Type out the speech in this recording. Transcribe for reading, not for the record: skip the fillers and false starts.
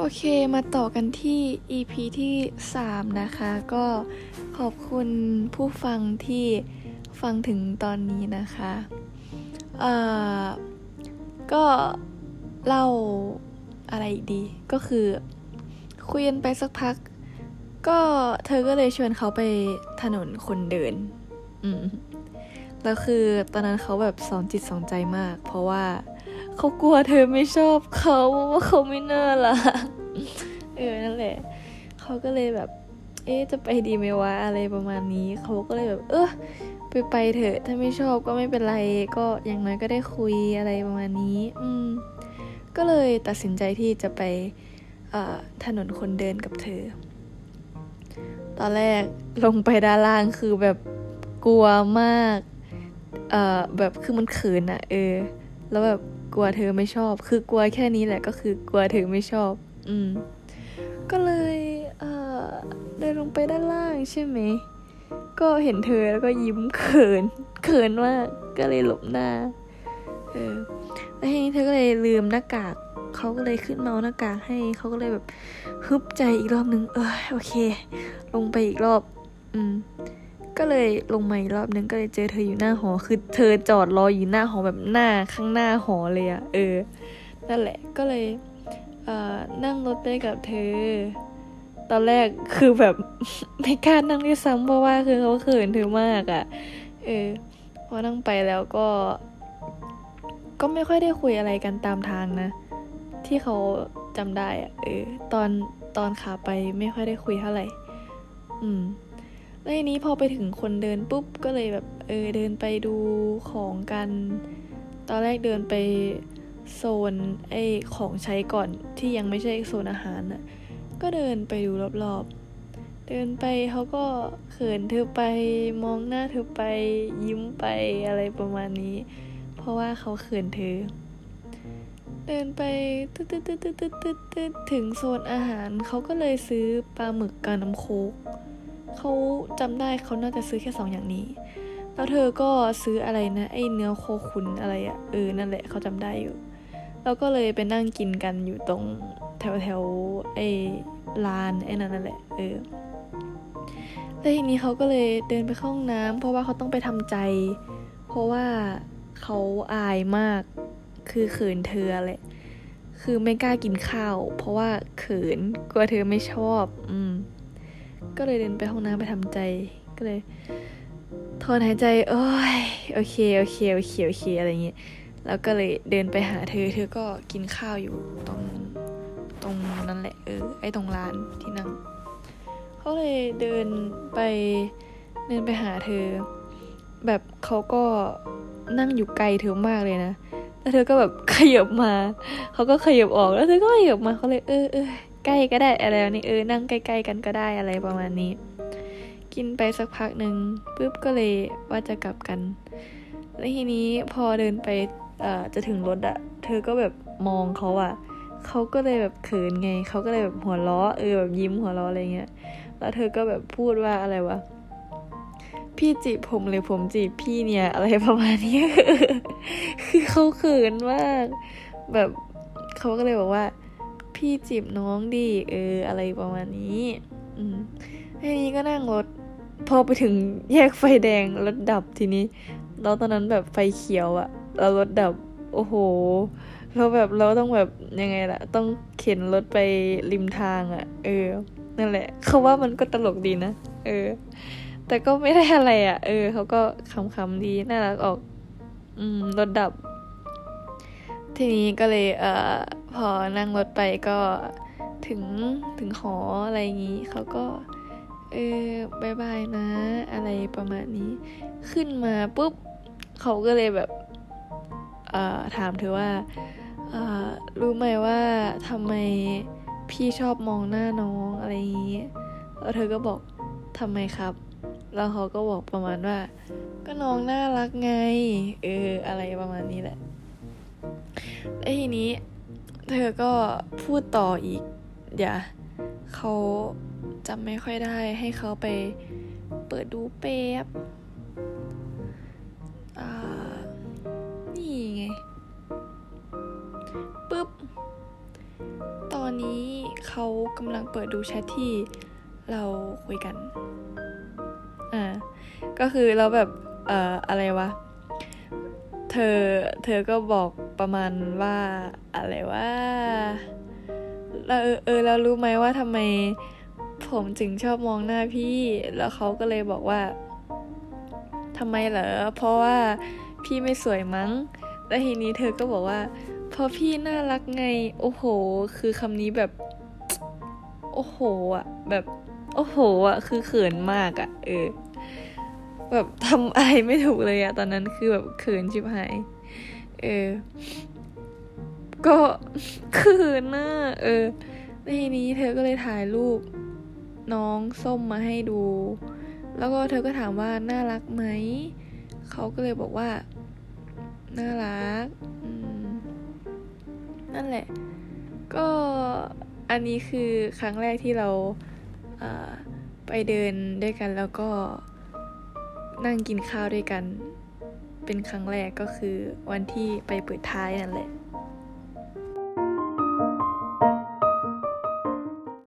เคมาต่อกันที่ EP ที่3นะคะก็ขอบคุณผู้ฟังที่ฟังถึงตอนนี้นะคะก็เล่าอะไรอีกดีก็คือคุยกันไปสักพักก็เธอก็เลยชวนเขาไปถนนคนเดินแล้วคือตอนนั้นเขาแบบสองจิตสองใจมากเพราะว่าเขากลัวเธอไม่ชอบเขาว่าเขาไม่น่ารักนั่นแหละเขาก็เลยแบบจะไปดีไหมวะอะไรประมาณนี้เขาก็เลยแบบไปเถอะถ้าไม่ชอบก็ไม่เป็นไรก็อย่างน้อยก็ได้คุยอะไรประมาณนี้ก็เลยตัดสินใจที่จะไปถนนคนเดินกับเธอตอนแรกลงไปด้านล่างคือแบบกลัวมากแบบคือมันเขินอะแล้วแบบกลัวเธอไม่ชอบคือกลัวแค่นี้แหละก็คือกลัวเธอไม่ชอบก็เลยเดินลงไปด้านล่างใช่ไหมก็เห็นเธอแล้วก็ยิ้มเขินมากก็เลยหลบหน้าแล้วทีนี้เธอก็เลยลืมหน้ากากเขาก็เลยขึ้นมาเอาหน้ากากให้เขาก็เลยแบบฮึบใจอีกรอบนึงโอเคลงไปอีกรอบก็เลยลงมาอีกรอบนึงก็เลยเจอเธออยู่หน้าหอคือเธอจอดรออยู่หน้าหอแบบหน้าข้างหน้าหอเลยอะนั่นแหละก็เลยนั่งรถไปกับเธอตอนแรกคือแบบไม่กล้านั่งด้วยซ้ำเพราะว่าคือเขาเขินเธอมากอะพอนั่งไปแล้วก็ไม่ค่อยได้คุยอะไรกันตามทางนะที่เขาจำได้อะตอนขาไปไม่ค่อยได้คุยเท่าไหร่แล้วทีนี้พอไปถึงคนเดินปุ๊บก็เลยแบบเดินไปดูของกันตอนแรกเดินไปโซนของใช้ก่อนที่ยังไม่ใช่โซนอาหารน่ะก็เดินไปดูรอบๆเดินไปเขาก็เขินเธอไปมองหน้าเธอไปยิ้มไปอะไรประมาณนี้เพราะว่าเขาเขินเธอเดินไปตึ๊ดถึงโซนอาหารเขาก็เลยซื้อปลาหมึกกับน้ำโค้กเขาจำได้เขาน่าจะซื้อแค่2อย่างนี้แล้วเธอก็ซื้ออะไรนะเนื้อโคขุนอะไรอ่ะนั่นแหละเขาจำได้อยู่แล้วก็เลยไปนั่งกินกันอยู่ตรงแถวร้านนั่นแหละแล้วทีนี้เขาก็เลยเดินไปเข้าห้องน้ำเพราะว่าเขาต้องไปทำใจเพราะว่าเขาอายมากคือเขินเธอแหละคือไม่กล้ากินข้าวเพราะว่าเขินกลัวเธอไม่ชอบก็เลยเดินไปห้องน้ำไปทำใจก็เลยถอนหายใจโอเคอะไรอย่างเงี้ยแล้วก็เลยเดินไปหาเธอก็กินข้าวอยู่ตรงนั้นแหละตรงร้านที่นั่งเขาเลยเดินไปหาเธอแบบเขาก็นั่งอยู่ไกลเธอมากเลยนะแล้วเธอก็แบบขยับมาเขาก็ขยับออกแล้วเธอก็ขยับมาเขาเลยใกล้ก็ได้อะไรนี่นั่งใกล้ๆกันก็ได้อะไรประมาณนี้กินไปสักพักนึงปุ๊บก็เลยว่าจะกลับกันแล้วทีนี้พอเดินไปจะถึงรถอะเธอก็แบบมองเขาอะเขาก็เลยแบบเขินไงเขาก็เลยแบบหัวเราะแบบยิ้มหัวเราะอะไรเงี้ยแล้วเธอก็แบบพูดว่าอะไรวะพี่จีบผมเลยผมจีบพี่เนี่ยอะไรประมาณนี้ คือเขาเขินมากแบบเขาก็เลยบอกว่าพี่จีบน้องดิอะไรประมาณนี้ทีนี้ก็นั่งรถพอไปถึงแยกไฟแดงรถดับทีนี้แล้วตอนนั้นแบบไฟเขียวอะแล้วรถดับโอ้โหเราแบบเราต้องแบบยังไงล่ะต้องเข็นรถไปริมทางอะนั่นแหละเขาว่ามันก็ตลกดีนะแต่ก็ไม่ได้อะไรอ่ะเขาก็ขำๆดีน่ารักออกรถดับทีนี้ก็เลยพอนั่งรถไปก็ถึงหออะไรอย่างงี้เขาก็บายบายนะอะไรประมาณนี้ขึ้นมาปุ๊บเขาก็เลยแบบถามเธอว่ารู้ไหมว่าทำไมพี่ชอบมองหน้าน้องอะไรอย่างงี้แล้วเธอก็บอกทำไมครับแล้วเขาก็บอกประมาณว่าก็น้องน่ารักไงอะไรประมาณนี้แหละแล้วทีนี้เธอก็พูดต่ออีกเดี๋ยวเขาจำไม่ค่อยได้ให้เขาไปเปิดดูแป๊บนี่ไงปุ๊บตอนนี้เขากำลังเปิดดูแชทที่เราคุยกันก็คือเราแบบอะไรวะเธอก็บอกประมาณว่าอะไรว่าเรารู้ไหมว่าทำไมผมถึงชอบมองหน้าพี่แล้วเขาก็เลยบอกว่าทำไมเหรอเพราะว่าพี่ไม่สวยมั้งแล้วทีนี้เธอก็บอกว่าเพราะพี่น่ารักไงโอ้โหคือคำนี้แบบโอ้โหอ่ะแบบโอ้โหอ่ะคือเขินมากอ่ะแบบทำอะไรไม่ถูกเลยอ่ะตอนนั้นคือแบบเขินชิบหายก็เขินน่ะแล้วทีนี้เธอก็เลยถ่ายรูปน้องส้มมาให้ดูแล้วก็เธอก็ถามว่าน่ารักไหมเขาก็เลยบอกว่าน่ารักนั่นแหละก็อันนี้คือครั้งแรกที่เราไปเดินด้วยกันแล้วก็นั่งกินข้าวด้วยกันเป็นครั้งแรกก็คือวันที่ไปเปิดท้ายนั่นแหละ